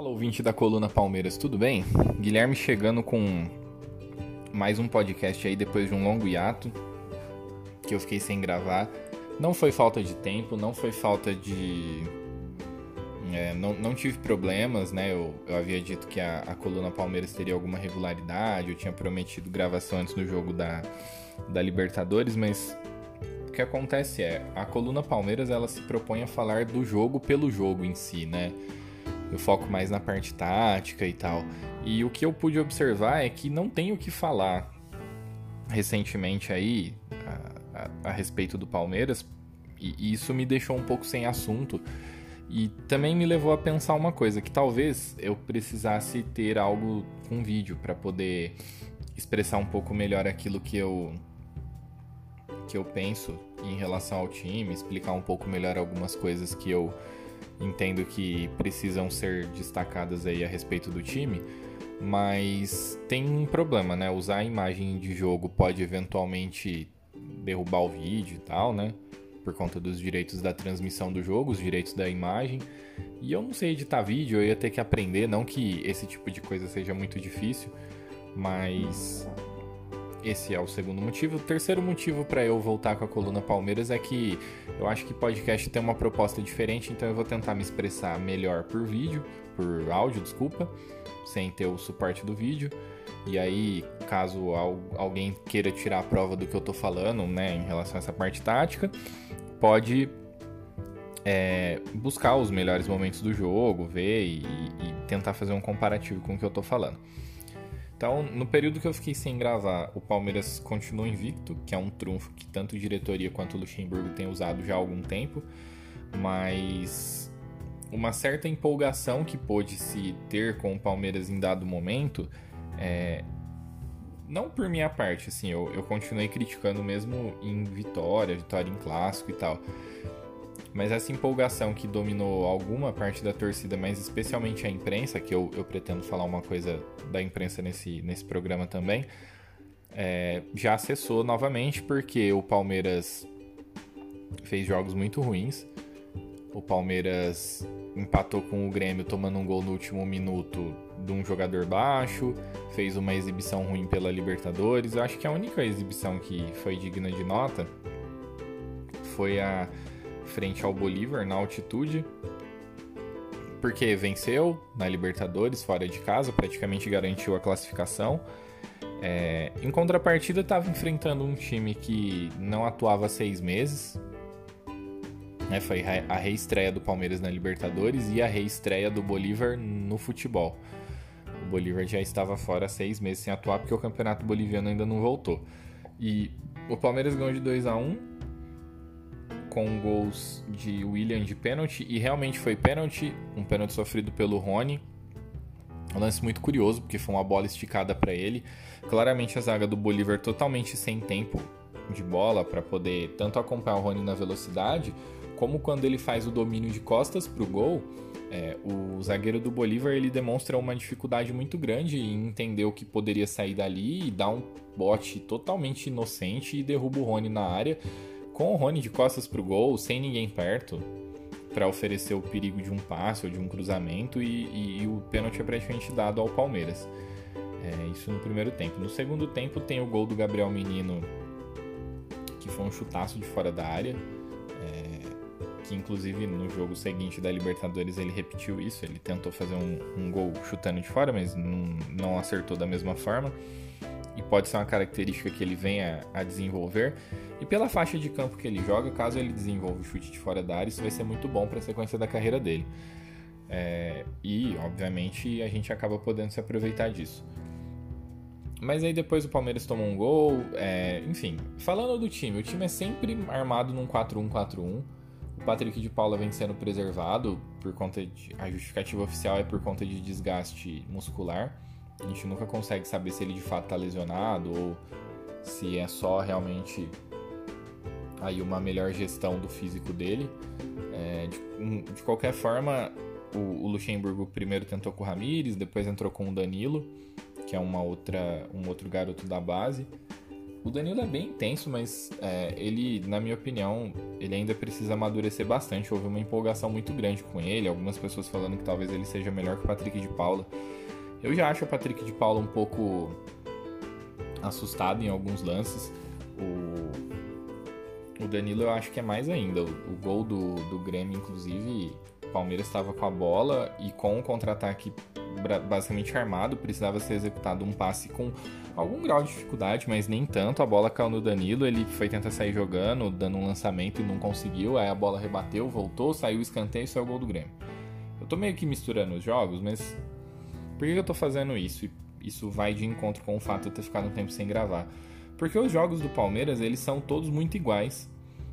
Fala, ouvinte da Coluna Palmeiras, tudo bem? Guilherme chegando com mais um podcast aí depois de um longo hiato que eu fiquei sem gravar. Não foi falta de tempo, não foi falta de... não tive problemas, né? Eu havia dito que a Coluna Palmeiras teria alguma regularidade, eu tinha prometido gravação antes do jogo da Libertadores, mas o que acontece a Coluna Palmeiras ela se propõe a falar do jogo pelo jogo em si, né? Eu foco mais na parte tática e tal. E o que eu pude observar é que não tem o que falar recentemente aí a respeito do Palmeiras, e isso me deixou um pouco sem assunto. E também me levou a pensar uma coisa, que talvez eu precisasse ter algo com vídeo para poder expressar um pouco melhor aquilo que eu penso em relação ao time, explicar um pouco melhor algumas coisas que eu entendo que precisam ser destacadas aí a respeito do time, mas tem um problema, né? Usar a imagem de jogo pode eventualmente derrubar o vídeo e tal, né? Por conta dos direitos da transmissão do jogo, os direitos da imagem. E eu não sei editar vídeo, eu ia ter que aprender, não que esse tipo de coisa seja muito difícil, mas esse é o segundo motivo. O terceiro motivo para eu voltar com a Coluna Palmeiras é que eu acho que podcast tem uma proposta diferente, então eu vou tentar me expressar melhor por áudio, sem ter o suporte do vídeo. E aí, caso alguém queira tirar a prova do que eu tô falando, né, em relação a essa parte tática, pode buscar os melhores momentos do jogo, ver e tentar fazer um comparativo com o que eu tô falando. Então, no período que eu fiquei sem gravar, o Palmeiras continua invicto, que é um trunfo que tanto a diretoria quanto o Luxemburgo têm usado já há algum tempo, mas uma certa empolgação que pôde se ter com o Palmeiras em dado momento, não por minha parte, assim, eu continuei criticando mesmo em vitória em clássico e tal, mas essa empolgação que dominou alguma parte da torcida, mas especialmente a imprensa, que eu pretendo falar uma coisa da imprensa nesse programa também, já cessou novamente, porque o Palmeiras fez jogos muito ruins. O Palmeiras empatou com o Grêmio tomando um gol no último minuto de um jogador baixo, fez uma exibição ruim pela Libertadores. Eu acho que a única exibição que foi digna de nota foi a frente ao Bolívar na altitude, porque venceu na Libertadores fora de casa, praticamente garantiu a classificação. Em contrapartida, estava enfrentando um time que não atuava há 6 meses, né? Foi a reestreia do Palmeiras na Libertadores e a reestreia do Bolívar no futebol. O Bolívar já estava fora há 6 meses sem atuar, porque o campeonato boliviano ainda não voltou. E o Palmeiras ganhou de 2-1 com gols de William de pênalti, e realmente foi pênalti, um pênalti sofrido pelo Rony. Um lance muito curioso, porque foi uma bola esticada para ele. Claramente a zaga do Bolívar totalmente sem tempo de bola para poder tanto acompanhar o Rony na velocidade, como quando ele faz o domínio de costas para o gol. O zagueiro do Bolívar ele demonstra uma dificuldade muito grande em entender o que poderia sair dali e dá um bote totalmente inocente e derruba o Rony na área, com o Rony de costas pro gol, sem ninguém perto, para oferecer o perigo de um passe ou de um cruzamento, e o pênalti é praticamente dado ao Palmeiras. Isso no primeiro tempo. No segundo tempo tem o gol do Gabriel Menino, que foi um chutaço de fora da área, que inclusive no jogo seguinte da Libertadores ele repetiu isso, ele tentou fazer um gol chutando de fora, mas não acertou da mesma forma. E pode ser uma característica que ele venha a desenvolver. E pela faixa de campo que ele joga, caso ele desenvolva o chute de fora da área, isso vai ser muito bom para a sequência da carreira dele. E, obviamente, a gente acaba podendo se aproveitar disso. Mas aí depois o Palmeiras tomou um gol. Enfim, falando do time, o time é sempre armado num 4-1-4-1. O Patrick de Paula vem sendo preservado por conta a justificativa oficial é por conta de desgaste muscular. A gente nunca consegue saber se ele de fato está lesionado ou se é só realmente aí uma melhor gestão do físico dele. De qualquer forma, o Luxemburgo primeiro tentou com o Ramires, depois entrou com o Danilo, que é um outro garoto da base. O Danilo é bem intenso, mas ele, na minha opinião, ele ainda precisa amadurecer bastante. Houve uma empolgação muito grande com ele, algumas pessoas falando que talvez ele seja melhor que o Patrick de Paula. Eu já acho o Patrick de Paula um pouco assustado em alguns lances. O Danilo eu acho que é mais ainda. O gol do Grêmio, inclusive, o Palmeiras estava com a bola e com o contra-ataque basicamente armado, precisava ser executado um passe com algum grau de dificuldade, mas nem tanto. A bola caiu no Danilo, ele foi tentar sair jogando, dando um lançamento e não conseguiu. Aí a bola rebateu, voltou, saiu o escanteio e saiu o gol do Grêmio. Eu tô meio que misturando os jogos, mas por que eu tô fazendo isso? Isso vai de encontro com o fato de eu ter ficado um tempo sem gravar. Porque os jogos do Palmeiras, eles são todos muito iguais.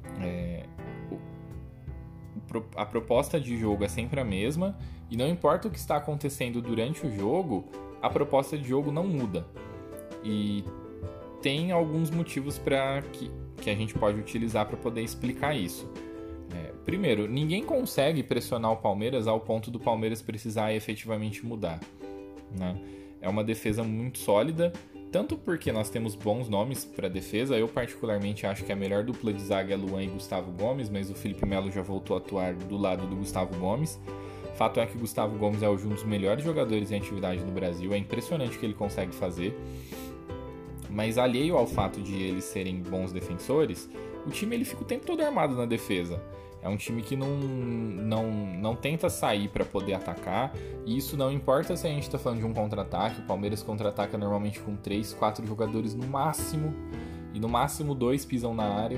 A proposta de jogo é sempre a mesma, e não importa o que está acontecendo durante o jogo, a proposta de jogo não muda. E tem alguns motivos que a gente pode utilizar para poder explicar isso. Primeiro, ninguém consegue pressionar o Palmeiras ao ponto do Palmeiras precisar efetivamente mudar, né? É uma defesa muito sólida, tanto porque nós temos bons nomes para defesa. Eu particularmente acho que a melhor dupla de zaga é Luan e Gustavo Gomes, mas o Felipe Melo já voltou a atuar do lado do Gustavo Gomes. Fato é que o Gustavo Gomes é um dos melhores jogadores em atividade no Brasil, é impressionante o que ele consegue fazer. Mas alheio ao fato de eles serem bons defensores, o time ele fica o tempo todo armado na defesa. É um time que não tenta sair para poder atacar, e isso não importa se a gente está falando de um contra-ataque. O Palmeiras contra-ataca normalmente com 3, 4 jogadores no máximo, e no máximo 2 pisam na área.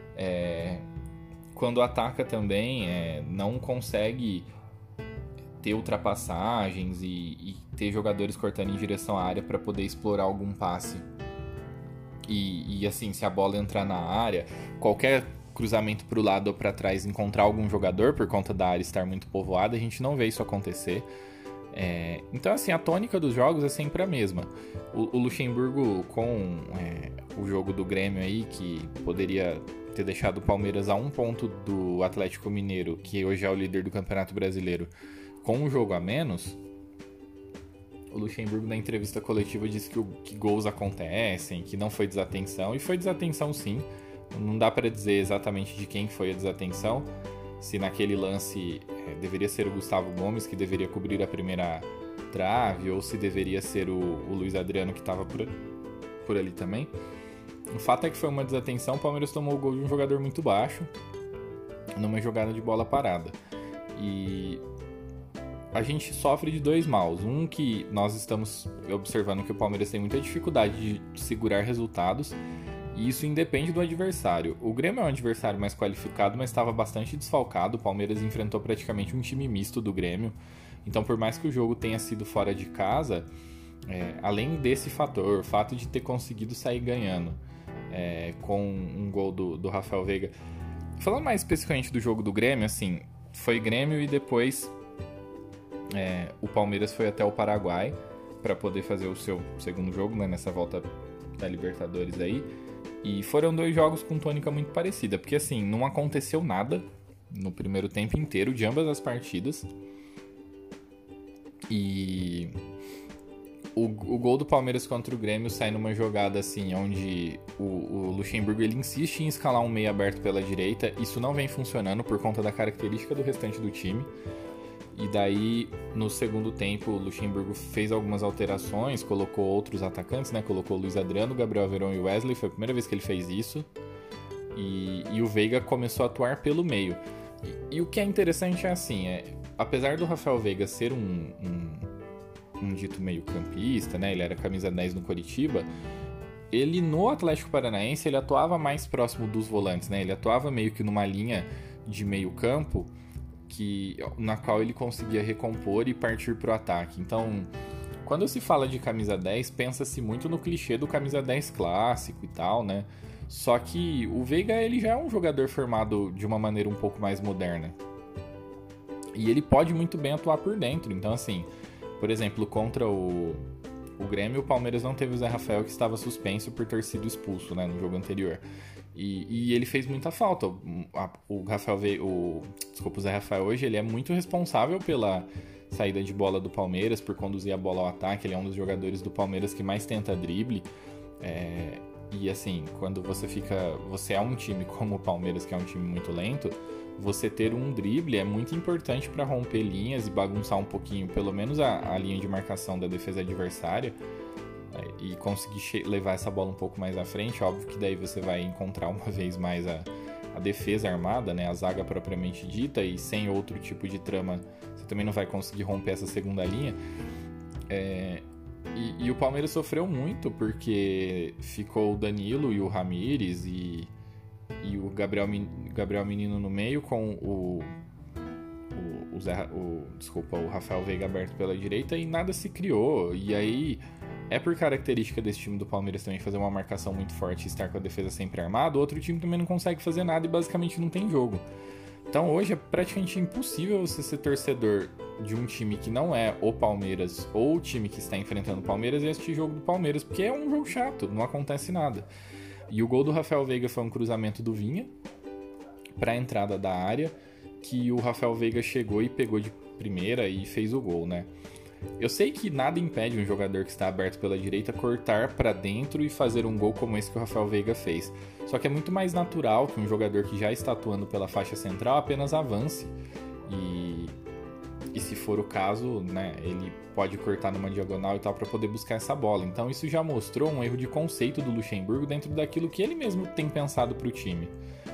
Quando ataca também, não consegue ter ultrapassagens e ter jogadores cortando em direção à área para poder explorar algum passe. E assim, se a bola entrar na área, qualquer cruzamento para o lado ou para trás, encontrar algum jogador por conta da área estar muito povoada, a gente não vê isso acontecer. Então assim, a tônica dos jogos é sempre a mesma. O Luxemburgo, com o jogo do Grêmio aí, que poderia ter deixado o Palmeiras a 1 ponto do Atlético Mineiro, que hoje é o líder do Campeonato Brasileiro, com um jogo a menos, o Luxemburgo na entrevista coletiva disse que gols acontecem, que não foi desatenção, e foi desatenção sim. Não dá para dizer exatamente de quem foi a desatenção, se naquele lance deveria ser o Gustavo Gomes que deveria cobrir a primeira trave, ou se deveria ser o Luiz Adriano que estava por ali também. O fato é que foi uma desatenção. O Palmeiras tomou o gol de um jogador muito baixo numa jogada de bola parada, e a gente sofre de 2 maus. Um, que nós estamos observando que o Palmeiras tem muita dificuldade de segurar resultados, e isso independe do adversário. O Grêmio é um adversário mais qualificado, mas estava bastante desfalcado. O Palmeiras enfrentou praticamente um time misto do Grêmio. Então, por mais que o jogo tenha sido fora de casa, além desse fator, o fato de ter conseguido sair ganhando com um gol do Rafael Veiga. Falando mais especificamente do jogo do Grêmio, assim, foi Grêmio e depois o Palmeiras foi até o Paraguai para poder fazer o seu segundo jogo, né, nessa volta da Libertadores aí. E foram 2 jogos com tônica muito parecida, porque assim, não aconteceu nada no primeiro tempo inteiro de ambas as partidas. E o gol do Palmeiras contra o Grêmio sai numa jogada assim, onde o Luxemburgo ele insiste em escalar um meio aberto pela direita. Isso não vem funcionando por conta da característica do restante do time. E daí, no segundo tempo, o Luxemburgo fez algumas alterações, colocou outros atacantes, né? Colocou o Luiz Adriano, Gabriel Veron e Wesley. Foi a primeira vez que ele fez isso. E o Veiga começou a atuar pelo meio. E o que é interessante é assim, apesar do Rafael Veiga ser um dito meio campista, né? Ele era camisa 10 no Coritiba. Ele, no Atlético Paranaense, ele atuava mais próximo dos volantes, né? Ele atuava meio que numa linha de meio campo, na qual ele conseguia recompor e partir para o ataque. Então, quando se fala de camisa 10, pensa-se muito no clichê do camisa 10 clássico e tal, né? Só que o Veiga, ele já é um jogador formado de uma maneira um pouco mais moderna. E ele pode muito bem atuar por dentro. Então, assim, por exemplo, contra o Grêmio, o Palmeiras não teve o Zé Rafael, que estava suspenso por ter sido expulso, né, no jogo anterior. E ele fez muita falta. O Zé Rafael hoje ele é muito responsável pela saída de bola do Palmeiras, por conduzir a bola ao ataque. Ele é um dos jogadores do Palmeiras que mais tenta drible. E assim, quando você é um time como o Palmeiras, que é um time muito lento, você ter um drible é muito importante para romper linhas e bagunçar um pouquinho, pelo menos a linha de marcação da defesa adversária, e conseguir levar essa bola um pouco mais à frente. Óbvio que daí você vai encontrar uma vez mais a defesa armada, né, a zaga propriamente dita, e sem outro tipo de trama você também não vai conseguir romper essa segunda linha. E o Palmeiras sofreu muito porque ficou o Danilo e o Ramires e o Gabriel Menino no meio com o Rafael Veiga aberto pela direita, e nada se criou. E aí é por característica desse time do Palmeiras também fazer uma marcação muito forte e estar com a defesa sempre armada. O outro time também não consegue fazer nada e basicamente não tem jogo. Então hoje é praticamente impossível você ser torcedor de um time que não é o Palmeiras ou o time que está enfrentando o Palmeiras e assistir jogo do Palmeiras, porque é um jogo chato, não acontece nada. E o gol do Rafael Veiga foi um cruzamento do Vinha para a entrada da área, que o Rafael Veiga chegou e pegou de primeira e fez o gol, né? Eu sei que nada impede um jogador que está aberto pela direita cortar para dentro e fazer um gol como esse que o Rafael Veiga fez. Só que é muito mais natural que um jogador que já está atuando pela faixa central apenas avance. E se for o caso, né, ele pode cortar numa diagonal e tal para poder buscar essa bola. Então isso já mostrou um erro de conceito do Luxemburgo dentro daquilo que ele mesmo tem pensado para o time.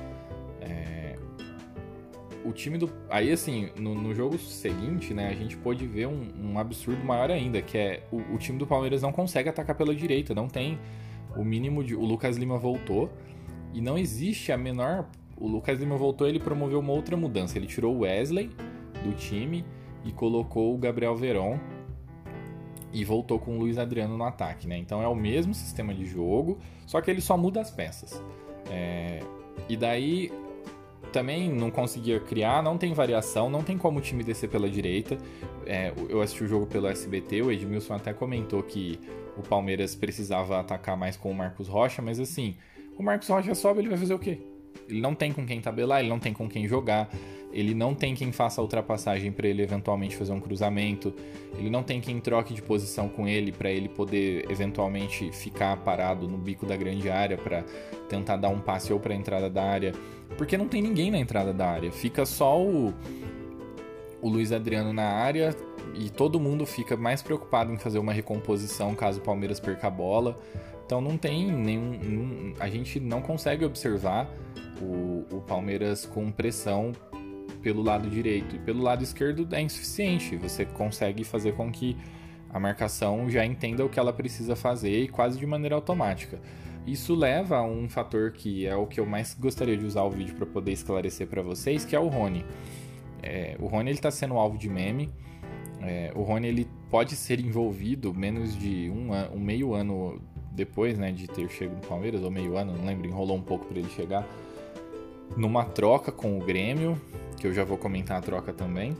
O time do... Aí, assim, no jogo seguinte, né, a gente pôde ver um absurdo maior ainda, que é o time do Palmeiras não consegue atacar pela direita, não tem o mínimo de... O Lucas Lima voltou e não existe a menor... O Lucas Lima voltou, ele promoveu uma outra mudança. Ele tirou o Wesley do time e colocou o Gabriel Veron e voltou com o Luiz Adriano no ataque, né? Então é o mesmo sistema de jogo, só que ele só muda as peças. E daí... também não conseguia criar, não tem variação, não tem como o time descer pela direita. Eu assisti o jogo pelo SBT, o Edmilson até comentou que o Palmeiras precisava atacar mais com o Marcos Rocha, mas assim, o Marcos Rocha sobe, ele vai fazer o quê? Ele não tem com quem tabelar, ele não tem com quem jogar, ele não tem quem faça a ultrapassagem para ele eventualmente fazer um cruzamento, ele não tem quem troque de posição com ele para ele poder eventualmente ficar parado no bico da grande área para tentar dar um passe ou para a entrada da área, porque não tem ninguém na entrada da área, fica só o Luiz Adriano na área e todo mundo fica mais preocupado em fazer uma recomposição caso o Palmeiras perca a bola. Então não tem a gente não consegue observar o Palmeiras com pressão pelo lado direito, e pelo lado esquerdo é insuficiente. Você consegue fazer com que a marcação já entenda o que ela precisa fazer e quase de maneira automática. Isso leva a um fator que é o que eu mais gostaria de usar o vídeo para poder esclarecer para vocês, que é o Rony. O Rony está sendo alvo de meme. O Rony ele pode ser envolvido menos de um meio ano depois, né, de ter chegado no Palmeiras, ou meio ano, não lembro, enrolou um pouco para ele chegar, numa troca com o Grêmio, que eu já vou comentar a troca também.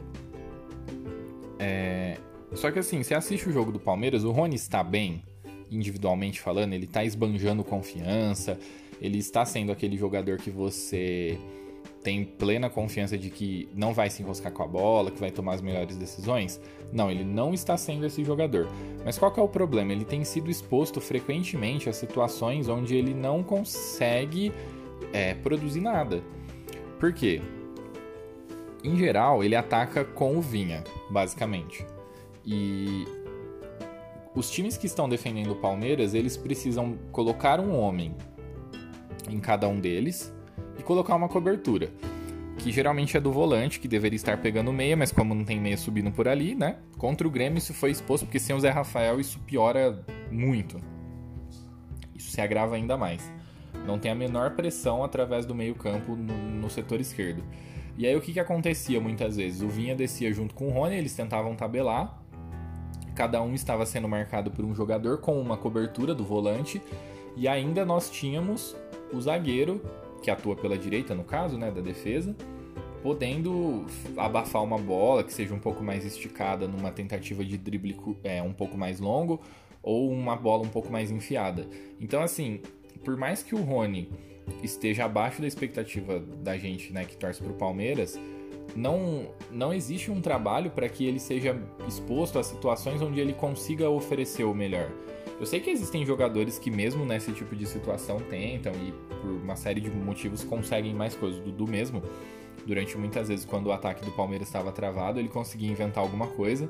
Só que assim, você assiste o jogo do Palmeiras, o Rony está bem, individualmente falando, ele está esbanjando confiança, ele está sendo aquele jogador que você tem plena confiança de que não vai se enroscar com a bola, que vai tomar as melhores decisões? Não, ele não está sendo esse jogador. Mas qual que é o problema? Ele tem sido exposto frequentemente a situações onde ele não consegue produzir nada. Por quê? Em geral, ele ataca com o Vinha, basicamente. E os times que estão defendendo o Palmeiras, eles precisam colocar um homem em cada um deles e colocar uma cobertura, que geralmente é do volante, que deveria estar pegando meia, mas como não tem meia subindo por ali, né? Contra o Grêmio isso foi exposto, porque sem o Zé Rafael isso piora muito. Isso se agrava ainda mais. Não tem a menor pressão através do meio campo no setor esquerdo. E aí o que acontecia muitas vezes? O Vinha descia junto com o Rony, eles tentavam tabelar, cada um estava sendo marcado por um jogador com uma cobertura do volante, e ainda nós tínhamos o zagueiro, que atua pela direita no caso, né, da defesa, podendo abafar uma bola que seja um pouco mais esticada numa tentativa de drible um pouco mais longo, ou uma bola um pouco mais enfiada. Então assim, por mais que o Rony esteja abaixo da expectativa da gente, né, que torce pro Palmeiras, não existe um trabalho para que ele seja exposto a situações onde ele consiga oferecer o melhor. Eu sei que existem jogadores que mesmo nesse tipo de situação tentam e por uma série de motivos conseguem mais coisas. O Dudu mesmo, durante muitas vezes quando o ataque do Palmeiras estava travado, ele conseguia inventar alguma coisa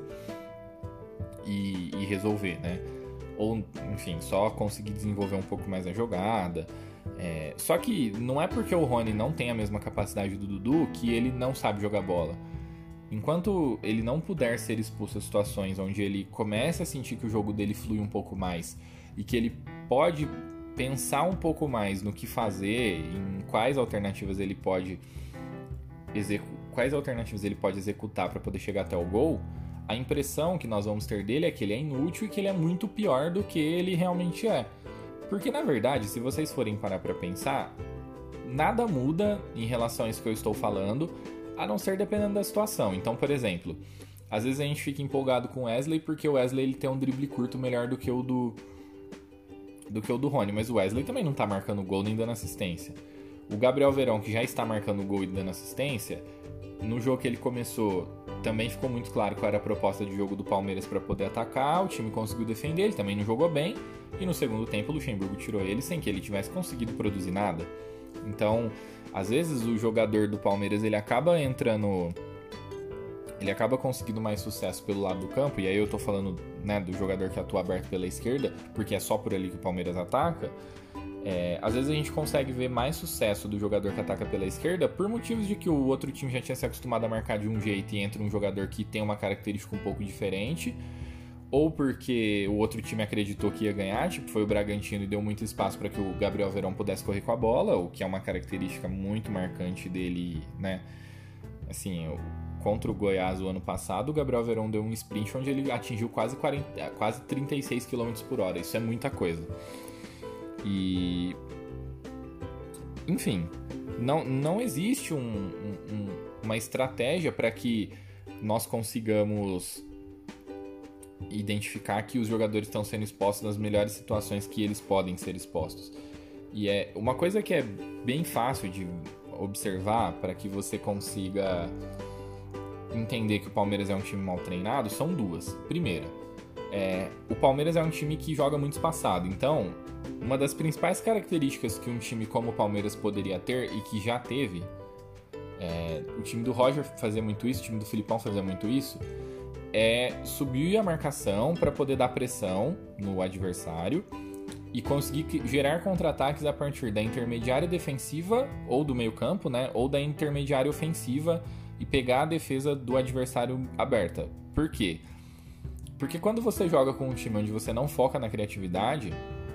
e resolver, né? Ou, enfim, só conseguir desenvolver um pouco mais a jogada. Só que não é porque o Rony não tem a mesma capacidade do Dudu que ele não sabe jogar bola. Enquanto ele não puder ser expulso a situações onde ele começa a sentir que o jogo dele flui um pouco mais e que ele pode pensar um pouco mais no que fazer, em quais alternativas ele pode executar para poder chegar até o gol, a impressão que nós vamos ter dele é que ele é inútil e que ele é muito pior do que ele realmente é. Porque, na verdade, se vocês forem parar para pensar, nada muda em relação a isso que eu estou falando, a não ser dependendo da situação. Então, por exemplo, às vezes a gente fica empolgado com o Wesley porque o Wesley ele tem um drible curto melhor do que o do Rony, mas o Wesley também não está marcando gol nem dando assistência. O Gabriel Veron, que já está marcando gol e dando assistência, no jogo que ele começou, também ficou muito claro qual era a proposta de jogo do Palmeiras para poder atacar, o time conseguiu defender, ele também não jogou bem, e no segundo tempo o Luxemburgo tirou ele sem que ele tivesse conseguido produzir nada. Então, às vezes o jogador do Palmeiras ele acaba conseguindo mais sucesso pelo lado do campo, e aí eu tô falando, né, do jogador que atua aberto pela esquerda, porque é só por ali que o Palmeiras ataca. Às vezes a gente consegue ver mais sucesso do jogador que ataca pela esquerda por motivos de que o outro time já tinha se acostumado a marcar de um jeito e entra um jogador que tem uma característica um pouco diferente, ou porque o outro time acreditou que ia ganhar, tipo foi o Bragantino e deu muito espaço para que o Gabriel Veron pudesse correr com a bola, o que é uma característica muito marcante dele, né? Assim, contra o Goiás o ano passado, o Gabriel Veron deu um sprint onde ele atingiu quase 36 km por hora, isso é muita coisa. E, enfim, não existe uma estratégia para que nós consigamos identificar que os jogadores estão sendo expostos nas melhores situações que eles podem ser expostos. E é uma coisa que é bem fácil de observar para que você consiga entender que o Palmeiras é um time mal treinado, são duas. Primeira, o Palmeiras é um time que joga muito espaçado, então uma das principais características que um time como o Palmeiras poderia ter e que já teve, o time do Roger fazia muito isso, o time do Filipão fazia muito isso, é subir a marcação para poder dar pressão no adversário e conseguir gerar contra-ataques a partir da intermediária defensiva ou do meio campo, né, ou da intermediária ofensiva e pegar a defesa do adversário aberta. Por quê? Porque quando você joga com um time onde você não foca na criatividade,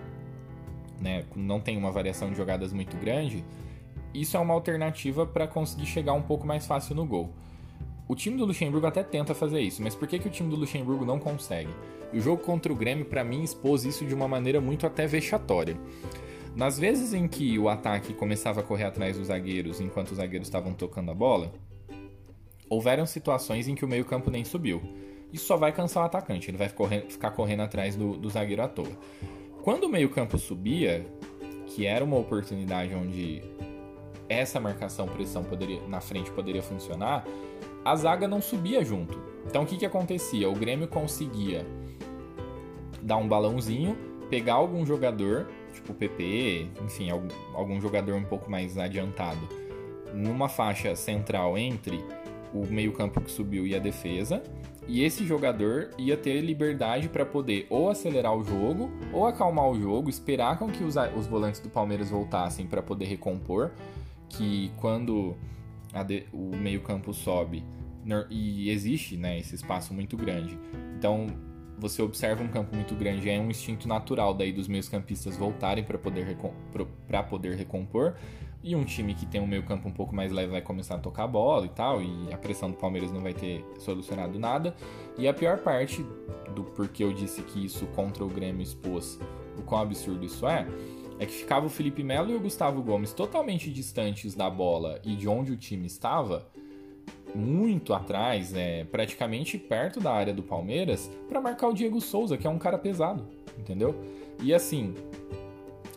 né, não tem uma variação de jogadas muito grande, isso é uma alternativa para conseguir chegar um pouco mais fácil no gol. O time do Luxemburgo até tenta fazer isso, mas por que o time do Luxemburgo não consegue? E o jogo contra o Grêmio, para mim, expôs isso de uma maneira muito até vexatória. Nas vezes em que o ataque começava a correr atrás dos zagueiros enquanto os zagueiros estavam tocando a bola, houveram situações em que o meio-campo nem subiu. Isso só vai cansar o atacante, ele vai ficar correndo atrás do zagueiro à toa. Quando o meio-campo subia, que era uma oportunidade onde essa marcação-pressão na frente poderia funcionar, a zaga não subia junto. Então o que acontecia? O Grêmio conseguia dar um balãozinho, pegar algum jogador, tipo o PP, enfim, algum jogador um pouco mais adiantado, numa faixa central entre o meio-campo que subiu e a defesa, e esse jogador ia ter liberdade para poder ou acelerar o jogo, ou acalmar o jogo, esperar com que os volantes do Palmeiras voltassem para poder recompor, que quando o meio-campo sobe e existe, né, esse espaço muito grande. Então, você observa um campo muito grande, é um instinto natural daí dos meios-campistas voltarem para poder recompor. E um time que tem um meio-campo um pouco mais leve vai começar a tocar a bola e tal, e a pressão do Palmeiras não vai ter solucionado nada. E a pior parte do porquê eu disse que isso contra o Grêmio expôs o quão absurdo isso é que ficava o Felipe Melo e o Gustavo Gomes totalmente distantes da bola e de onde o time estava, muito atrás, praticamente perto da área do Palmeiras, para marcar o Diego Souza, que é um cara pesado, entendeu? E assim,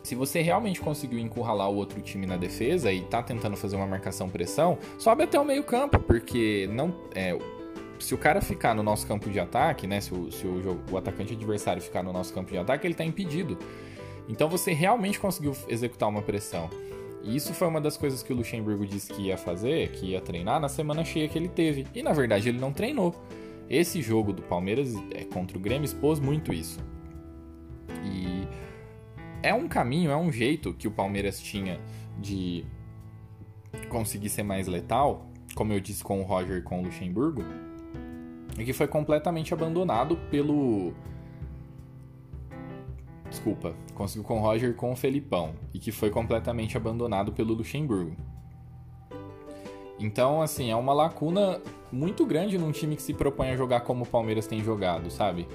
Se você realmente conseguiu encurralar o outro time na defesa e tá tentando fazer uma marcação-pressão, sobe até o meio campo, porque não se o cara ficar no nosso campo de ataque, né, se o atacante adversário ficar no nosso campo de ataque, ele tá impedido. Então você realmente conseguiu executar uma pressão. E isso foi uma das coisas que o Luxemburgo disse que ia fazer, que ia treinar na semana cheia que ele teve. E na verdade ele não treinou. Esse jogo do Palmeiras contra o Grêmio expôs muito isso. E é um caminho, é um jeito que o Palmeiras tinha de conseguir ser mais letal, como eu disse com o Roger e com o Luxemburgo, e que foi completamente abandonado pelo... conseguiu com o Roger e com o Felipão, e que foi completamente abandonado pelo Luxemburgo. Então, assim, é uma lacuna muito grande num time que se propõe a jogar como o Palmeiras tem jogado, sabe?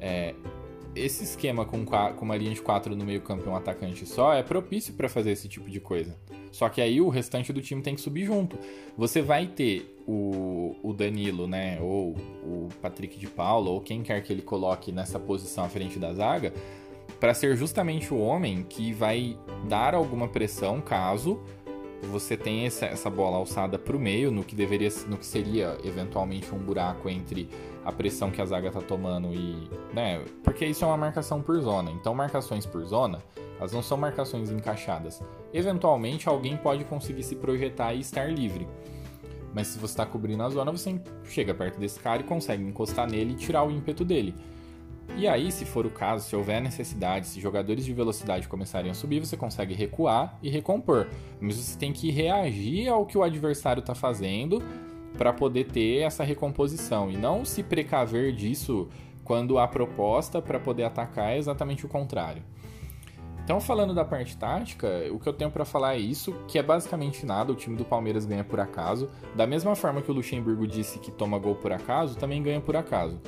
Esse esquema com uma linha de 4 no meio campo e um atacante só é propício para fazer esse tipo de coisa. Só que aí o restante do time tem que subir junto. Você vai ter o Danilo, né, ou o Patrick de Paula, ou quem quer que ele coloque nessa posição à frente da zaga, para ser justamente o homem que vai dar alguma pressão caso você tenha essa bola alçada para o meio, no que seria eventualmente um buraco entre a pressão que a zaga está tomando e... né, porque isso é uma marcação por zona. Então, marcações por zona, elas não são marcações encaixadas. Eventualmente, alguém pode conseguir se projetar e estar livre. Mas se você está cobrindo a zona, você chega perto desse cara e consegue encostar nele e tirar o ímpeto dele. E aí, se for o caso, se houver necessidade, se jogadores de velocidade começarem a subir, você consegue recuar e recompor. Mas você tem que reagir ao que o adversário está fazendo para poder ter essa recomposição. E não se precaver disso quando a proposta para poder atacar é exatamente o contrário. Então, falando da parte tática, o que eu tenho para falar é isso, que é basicamente nada. O time do Palmeiras ganha por acaso. Da mesma forma que o Luxemburgo disse que toma gol por acaso, também ganha por acaso.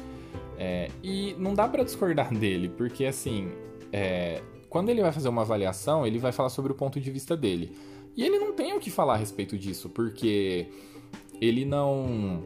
E não dá pra discordar dele, porque assim, quando ele vai fazer uma avaliação, ele vai falar sobre o ponto de vista dele. E ele não tem o que falar a respeito disso, porque ele não...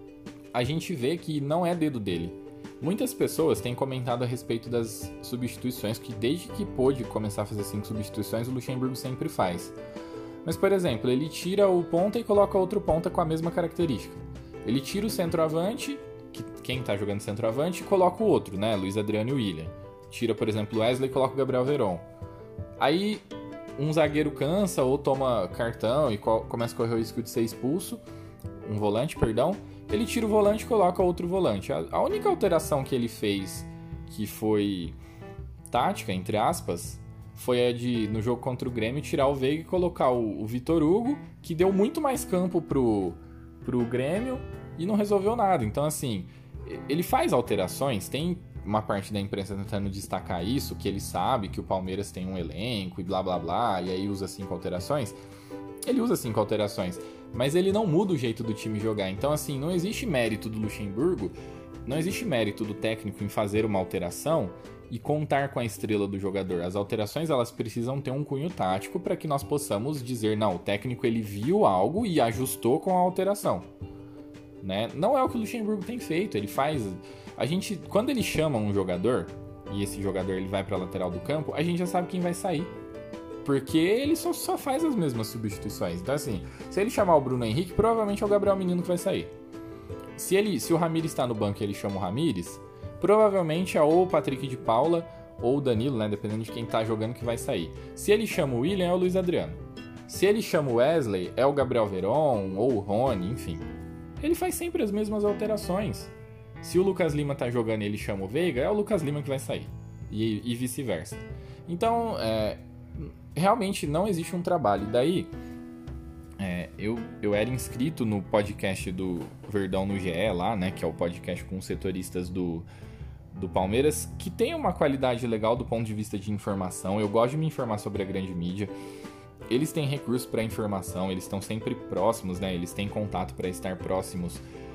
A gente vê que não é dedo dele. Muitas pessoas têm comentado a respeito das substituições, que desde que pôde começar a fazer 5 substituições, o Luxemburgo sempre faz. Mas, por exemplo, ele tira o ponta e coloca outro ponta com a mesma característica. Ele tira o centroavante... quem tá jogando centroavante, coloca o outro, né? Luiz Adriano e o William. Tira, por exemplo, o Wesley e coloca o Gabriel Veron. Aí, um zagueiro cansa ou toma cartão e começa a correr o risco de ser expulso. Um volante, perdão. Ele tira o volante e coloca outro volante. A única alteração que ele fez, que foi tática, entre aspas, foi a de, no jogo contra o Grêmio, tirar o Veiga e colocar o Vitor Hugo, que deu muito mais campo pro Grêmio e não resolveu nada. Então, assim, ele faz alterações, tem uma parte da imprensa tentando destacar isso, que ele sabe que o Palmeiras tem um elenco e blá blá blá, e aí usa 5 alterações. Ele usa 5 alterações, mas ele não muda o jeito do time jogar. Então, assim, não existe mérito do Luxemburgo, não existe mérito do técnico em fazer uma alteração e contar com a estrela do jogador. As alterações, elas precisam ter um cunho tático para que nós possamos dizer, não, o técnico ele viu algo e ajustou com a alteração. Né? Não é o que o Luxemburgo tem feito. Ele faz... quando ele chama um jogador, e esse jogador ele vai para a lateral do campo, a gente já sabe quem vai sair. Porque ele só faz as mesmas substituições. Então, assim, se ele chamar o Bruno Henrique, provavelmente é o Gabriel Menino que vai sair. Se o Ramires está no banco e ele chama o Ramires, provavelmente é ou o Patrick de Paula ou o Danilo, né? Dependendo de quem tá jogando, que vai sair. Se ele chama o William, é o Luiz Adriano. Se ele chama o Wesley, é o Gabriel Veron ou o Rony, enfim. Ele faz sempre as mesmas alterações. Se o Lucas Lima tá jogando e ele chama o Veiga, é o Lucas Lima que vai sair. E vice-versa. Então, realmente não existe um trabalho. E daí, eu era inscrito no podcast do Verdão no GE lá, né? Que é o podcast com os setoristas do Palmeiras, que tem uma qualidade legal do ponto de vista de informação. Eu gosto de me informar sobre a grande mídia. Eles têm recursos para informação, eles estão sempre próximos, né? Eles têm contato para estar próximos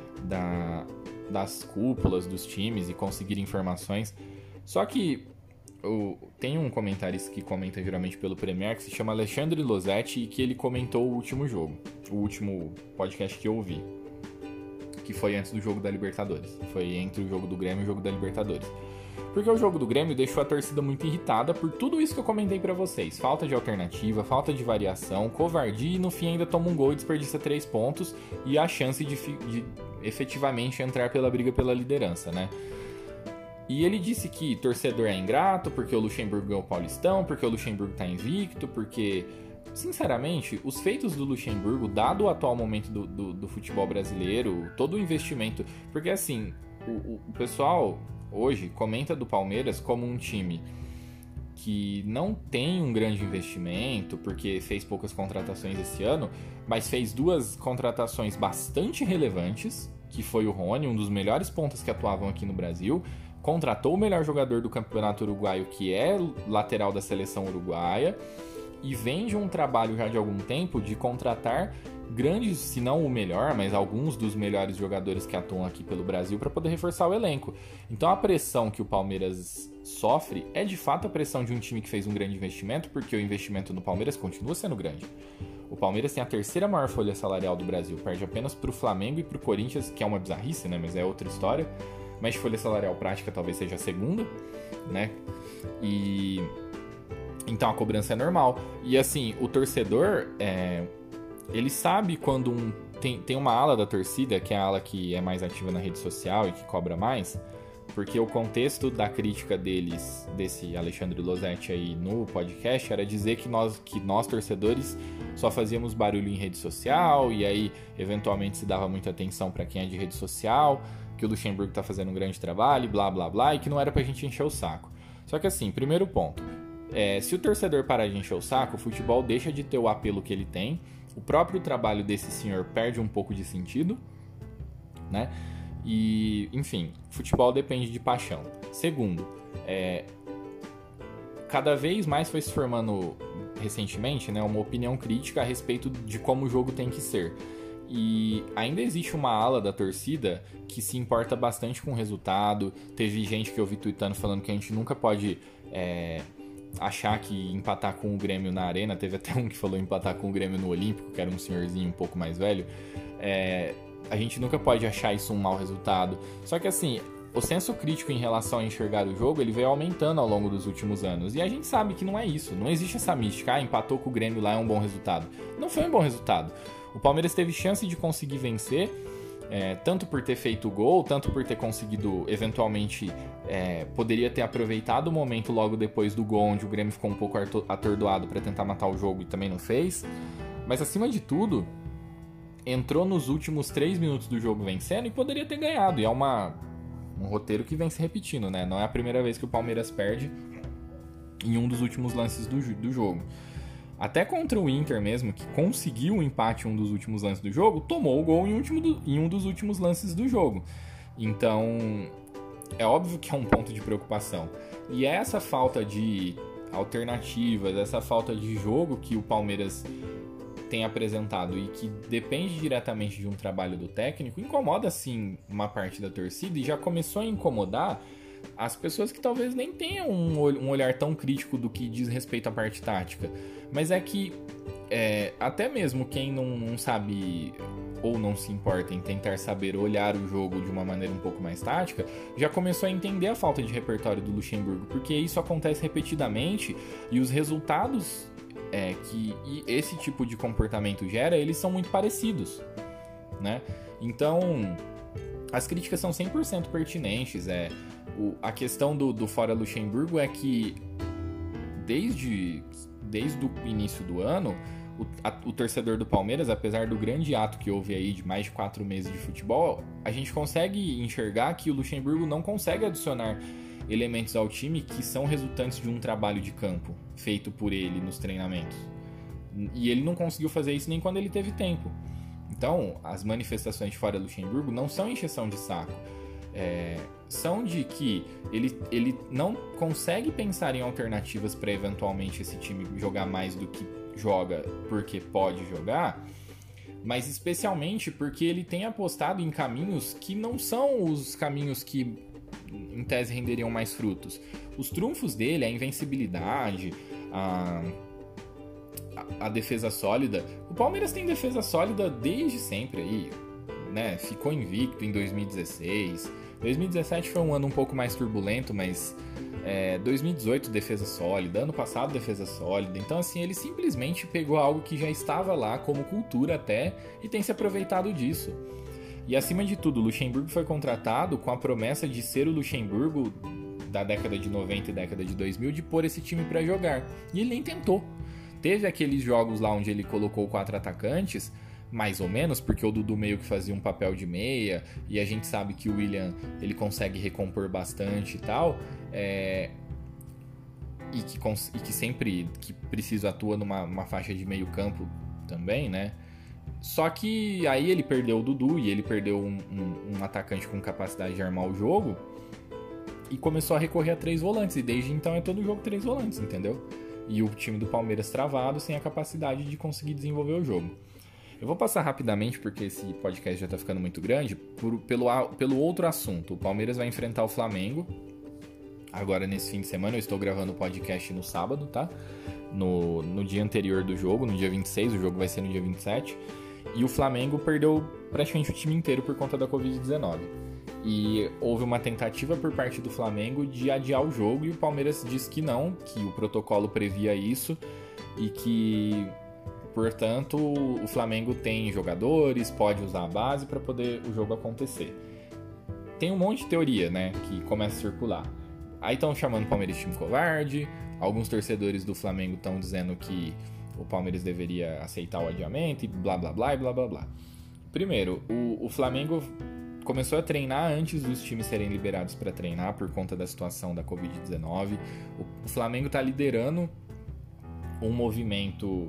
das cúpulas dos times e conseguir informações. Só que tem um comentarista que comenta geralmente pelo Premier, que se chama Alexandre Losetti, e que ele comentou o último jogo, o último podcast que eu ouvi, que foi antes do jogo da Libertadores. Foi entre o jogo do Grêmio e o jogo da Libertadores. Porque o jogo do Grêmio deixou a torcida muito irritada por tudo isso que eu comentei pra vocês. Falta de alternativa, falta de variação, covardia e no fim ainda toma um gol e desperdiça 3 pontos e a chance de efetivamente entrar pela briga pela liderança, né? E ele disse que torcedor é ingrato porque o Luxemburgo ganhou o Paulistão, porque o Luxemburgo tá invicto, porque... Sinceramente, os feitos do Luxemburgo, dado o atual momento do futebol brasileiro, todo o investimento... Porque assim, o pessoal hoje comenta do Palmeiras como um time que não tem um grande investimento, porque fez poucas contratações esse ano, mas fez 2 contratações bastante relevantes, que foi o Rony, um dos melhores pontas que atuavam aqui no Brasil, contratou o melhor jogador do campeonato uruguaio, que é lateral da seleção uruguaia, e vem de um trabalho já de algum tempo de contratar grandes, se não o melhor, mas alguns dos melhores jogadores que atuam aqui pelo Brasil para poder reforçar o elenco. Então a pressão que o Palmeiras sofre é de fato a pressão de um time que fez um grande investimento, porque o investimento no Palmeiras continua sendo grande. O Palmeiras tem a 3ª maior folha salarial do Brasil, perde apenas para o Flamengo e para o Corinthians, que é uma bizarrice, né? Mas é outra história. Mas de folha salarial prática talvez seja a 2ª, né? Então a cobrança é normal. E assim, o torcedor, ele sabe quando tem uma ala da torcida, que é a ala que é mais ativa na rede social e que cobra mais, porque o contexto da crítica desse Alexandre Losetti aí no podcast, era dizer que nós torcedores só fazíamos barulho em rede social, e aí eventualmente se dava muita atenção para quem é de rede social, que o Luxemburgo tá fazendo um grande trabalho, blá blá blá, e que não era pra gente encher o saco. Só que assim, primeiro ponto, se o torcedor parar de encher o saco, o futebol deixa de ter o apelo que ele tem, o próprio trabalho desse senhor perde um pouco de sentido, né? E, enfim, futebol depende de paixão. Segundo, cada vez mais foi se formando recentemente, né, uma opinião crítica a respeito de como o jogo tem que ser. E ainda existe uma ala da torcida que se importa bastante com o resultado. Teve gente que eu vi tweetando falando que a gente nunca pode achar que empatar com o Grêmio na Arena, teve até um que falou empatar com o Grêmio no Olímpico, que era um senhorzinho um pouco mais velho, a gente nunca pode achar isso um mau resultado. Só que assim, o senso crítico em relação a enxergar o jogo, ele veio aumentando ao longo dos últimos anos, e a gente sabe que não é isso, não existe essa mística, empatou com o Grêmio lá é um bom resultado. Não foi um bom resultado. O Palmeiras teve chance de conseguir vencer, tanto por ter feito o gol, tanto por ter conseguido, eventualmente, poderia ter aproveitado o momento logo depois do gol, onde o Grêmio ficou um pouco atordoado para tentar matar o jogo e também não fez. Mas, acima de tudo, entrou nos últimos 3 minutos do jogo vencendo e poderia ter ganhado. E é um roteiro que vem se repetindo, né? Não é a primeira vez que o Palmeiras perde em um dos últimos lances do jogo. Até contra o Inter mesmo, que conseguiu o empate em um dos últimos lances do jogo, tomou o gol em um dos últimos lances do jogo. Então, é óbvio que é um ponto de preocupação. E é essa falta de alternativas, essa falta de jogo que o Palmeiras tem apresentado e que depende diretamente de um trabalho do técnico, incomoda sim uma parte da torcida e já começou a incomodar as pessoas que talvez nem tenham um olhar tão crítico do que diz respeito à parte tática. Mas é que até mesmo quem não sabe ou não se importa em tentar saber olhar o jogo de uma maneira um pouco mais tática, já começou a entender a falta de repertório do Luxemburgo, porque isso acontece repetidamente e os resultados que esse tipo de comportamento gera, eles são muito parecidos, né? Então, as críticas são 100% pertinentes. A questão do fora Luxemburgo é que desde o início do ano, o torcedor do Palmeiras, apesar do grande ato que houve aí de mais de 4 meses de futebol, a gente consegue enxergar que o Luxemburgo não consegue adicionar elementos ao time que são resultantes de um trabalho de campo feito por ele nos treinamentos. E ele não conseguiu fazer isso nem quando ele teve tempo. Então, as manifestações de fora Luxemburgo não são encheção de saco. São de que ele não consegue pensar em alternativas para eventualmente esse time jogar mais do que joga porque pode jogar, mas especialmente porque ele tem apostado em caminhos que não são os caminhos que em tese renderiam mais frutos. Os trunfos dele, a invencibilidade, a defesa sólida. O Palmeiras tem defesa sólida desde sempre aí, né? Ficou invicto em 2016, 2017 foi um ano um pouco mais turbulento, mas 2018 defesa sólida, ano passado defesa sólida. Então assim, ele simplesmente pegou algo que já estava lá como cultura até e tem se aproveitado disso. E acima de tudo, o Luxemburgo foi contratado com a promessa de ser o Luxemburgo da década de 90 e década de 2000, de pôr esse time para jogar. E ele nem tentou. Teve aqueles jogos lá onde ele colocou 4 atacantes, mais ou menos, porque o Dudu meio que fazia um papel de meia, e a gente sabe que o William ele consegue recompor bastante e tal, e que sempre que precisa atua numa faixa de meio campo também, né? Só que aí ele perdeu o Dudu e ele perdeu um atacante com capacidade de armar o jogo e começou a recorrer a 3 volantes, e desde então é todo jogo 3 volantes, entendeu? E o time do Palmeiras travado, sem a capacidade de conseguir desenvolver o jogo. Eu vou passar rapidamente, porque esse podcast já tá ficando muito grande, pelo outro assunto. O Palmeiras vai enfrentar o Flamengo agora nesse fim de semana. Eu estou gravando o podcast no sábado, tá? No dia anterior do jogo, no dia 26, o jogo vai ser no dia 27. E o Flamengo perdeu praticamente o time inteiro por conta da Covid-19. E houve uma tentativa por parte do Flamengo de adiar o jogo e o Palmeiras disse que não, que o protocolo previa isso e que, portanto, o Flamengo tem jogadores, pode usar a base para poder o jogo acontecer. Tem um monte de teoria, né, que começa a circular. Aí estão chamando o Palmeiras de time covarde, alguns torcedores do Flamengo estão dizendo que o Palmeiras deveria aceitar o adiamento e blá blá blá e blá blá blá. Primeiro, o Flamengo começou a treinar antes dos times serem liberados para treinar por conta da situação da Covid-19. O Flamengo está liderando um movimento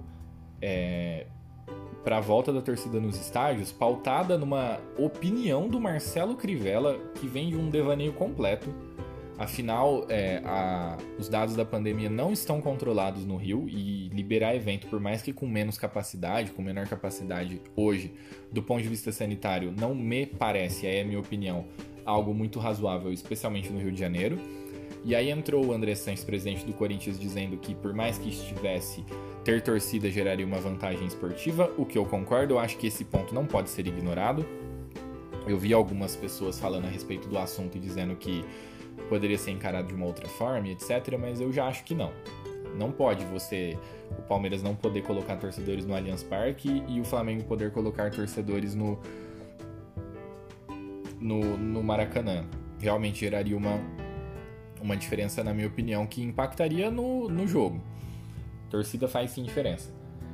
para a volta da torcida nos estádios, pautada numa opinião do Marcelo Crivella, que vem de um devaneio completo. Afinal, os dados da pandemia não estão controlados no Rio e liberar evento, por mais que com menos capacidade, com menor capacidade hoje, do ponto de vista sanitário, não me parece, é a minha opinião, algo muito razoável, especialmente no Rio de Janeiro. E aí entrou o André Sanches, presidente do Corinthians, dizendo que por mais que estivesse, ter torcida geraria uma vantagem esportiva, o que eu concordo, eu acho que esse ponto não pode ser ignorado. Eu vi algumas pessoas falando a respeito do assunto e dizendo que poderia ser encarado de uma outra forma, etc, mas eu já acho que não. Não pode o Palmeiras não poder colocar torcedores no Allianz Parque e o Flamengo poder colocar torcedores no Maracanã. Realmente geraria uma diferença, na minha opinião, que impactaria no jogo. Torcida faz sim diferença.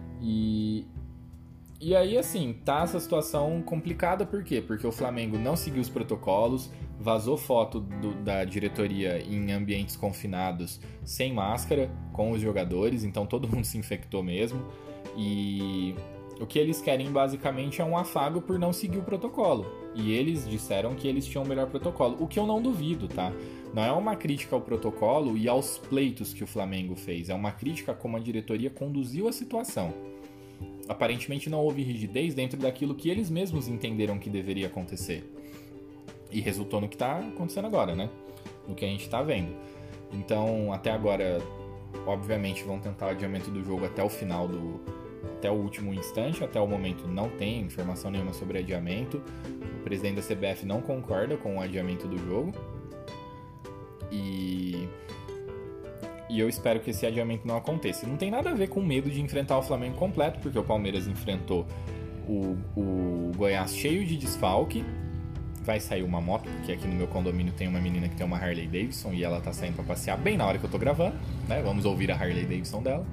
E aí, assim, tá essa situação complicada, por quê? Porque o Flamengo não seguiu os protocolos, vazou foto da diretoria em ambientes confinados sem máscara com os jogadores, então todo mundo se infectou mesmo. E o que eles querem basicamente é um afago por não seguir o protocolo. E eles disseram que eles tinham o melhor protocolo, o que eu não duvido, tá? Não é uma crítica ao protocolo e aos pleitos que o Flamengo fez, é uma crítica a como a diretoria conduziu a situação. Aparentemente não houve rigidez dentro daquilo que eles mesmos entenderam que deveria acontecer. E resultou no que está acontecendo agora, né? No que a gente está vendo. Então, até agora, obviamente, vão tentar o adiamento do jogo até o final até o último instante. Até o momento não tem informação nenhuma sobre adiamento. O presidente da CBF não concorda com o adiamento do jogo. E eu espero que esse adiamento não aconteça. Não tem nada a ver com medo de enfrentar o Flamengo completo, porque o Palmeiras enfrentou o Goiás cheio de desfalque. Vai sair uma moto, porque aqui no meu condomínio tem uma menina que tem uma Harley Davidson e ela tá saindo pra passear bem na hora que eu tô gravando, né? Vamos ouvir a Harley Davidson dela.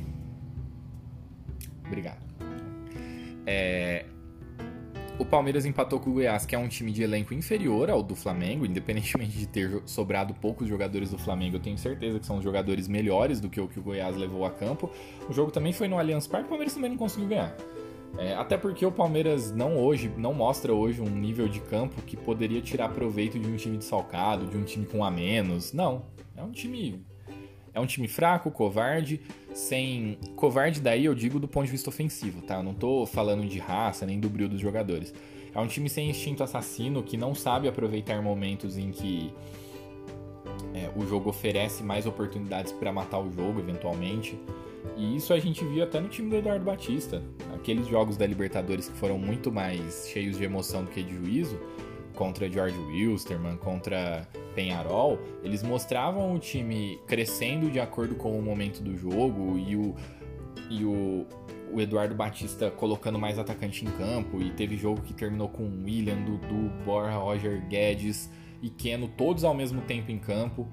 Obrigado. O Palmeiras empatou com o Goiás, que é um time de elenco inferior ao do Flamengo, independentemente de ter sobrado poucos jogadores do Flamengo, eu tenho certeza que são jogadores melhores do que o Goiás levou a campo. O jogo também foi no Allianz Parque, o Palmeiras também não conseguiu ganhar. Até porque o Palmeiras não mostra hoje um nível de campo que poderia tirar proveito de um time desfalcado, de um time com a menos. Não, é um time fraco, covarde, covarde daí eu digo do ponto de vista ofensivo, tá? Eu não tô falando de raça, nem do brilho dos jogadores. É um time sem instinto assassino, que não sabe aproveitar momentos em que o jogo oferece mais oportunidades para matar o jogo, eventualmente. E isso a gente viu até no time do Eduardo Batista. Aqueles jogos da Libertadores que foram muito mais cheios de emoção do que de juízo, contra George Wilstermann, contra Peñarol, eles mostravam o time crescendo de acordo com o momento do jogo e o Eduardo Batista colocando mais atacante em campo, e teve jogo que terminou com William, Dudu, Borja, Roger Guedes e Keno todos ao mesmo tempo em campo,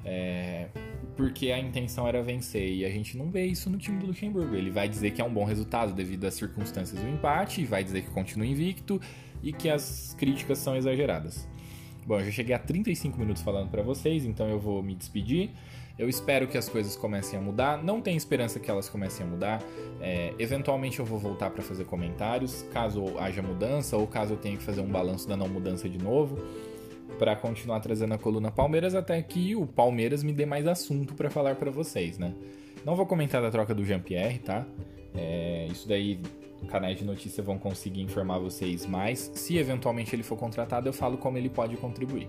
porque a intenção era vencer, e a gente não vê isso no time do Luxemburgo. Ele vai dizer que é um bom resultado devido às circunstâncias do empate, vai dizer que continua invicto e que as críticas são exageradas. Bom, eu já cheguei a 35 minutos falando para vocês, então eu vou me despedir. Eu espero que as coisas comecem a mudar. Não tenho esperança que elas comecem a mudar. Eventualmente eu vou voltar para fazer comentários, caso haja mudança ou caso eu tenha que fazer um balanço da não mudança de novo, para continuar trazendo a coluna Palmeiras até que o Palmeiras me dê mais assunto para falar para vocês, né? Não vou comentar da troca do Jean-Pierre, tá? Isso daí canais de notícia vão conseguir informar vocês mais. Se eventualmente ele for contratado, eu falo como ele pode contribuir.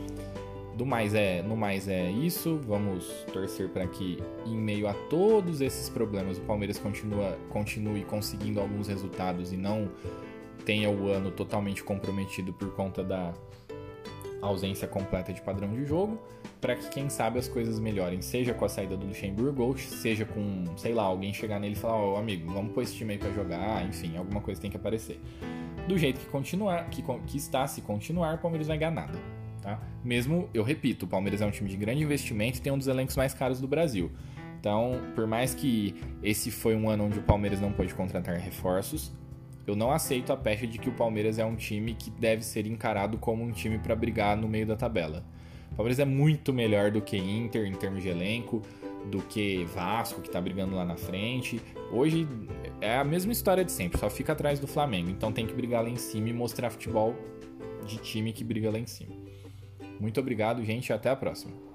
No mais é isso. Vamos torcer para que, em meio a todos esses problemas, o Palmeiras continue conseguindo alguns resultados e não tenha o ano totalmente comprometido por conta da ausência completa de padrão de jogo, para que, quem sabe, as coisas melhorem, seja com a saída do Luxemburgo, ou seja com, sei lá, alguém chegar nele e falar: ó, amigo, vamos pôr esse time aí pra jogar, enfim, alguma coisa tem que aparecer. Do jeito que está, se continuar, o Palmeiras não vai ganhar nada, tá? Mesmo, eu repito, o Palmeiras é um time de grande investimento e tem um dos elencos mais caros do Brasil. Então, por mais que esse foi um ano onde o Palmeiras não pôde contratar reforços, eu não aceito a pecha de que o Palmeiras é um time que deve ser encarado como um time para brigar no meio da tabela. O Palmeiras é muito melhor do que Inter em termos de elenco, do que Vasco, que está brigando lá na frente. Hoje é a mesma história de sempre, só fica atrás do Flamengo. Então tem que brigar lá em cima e mostrar futebol de time que briga lá em cima. Muito obrigado, gente, e até a próxima.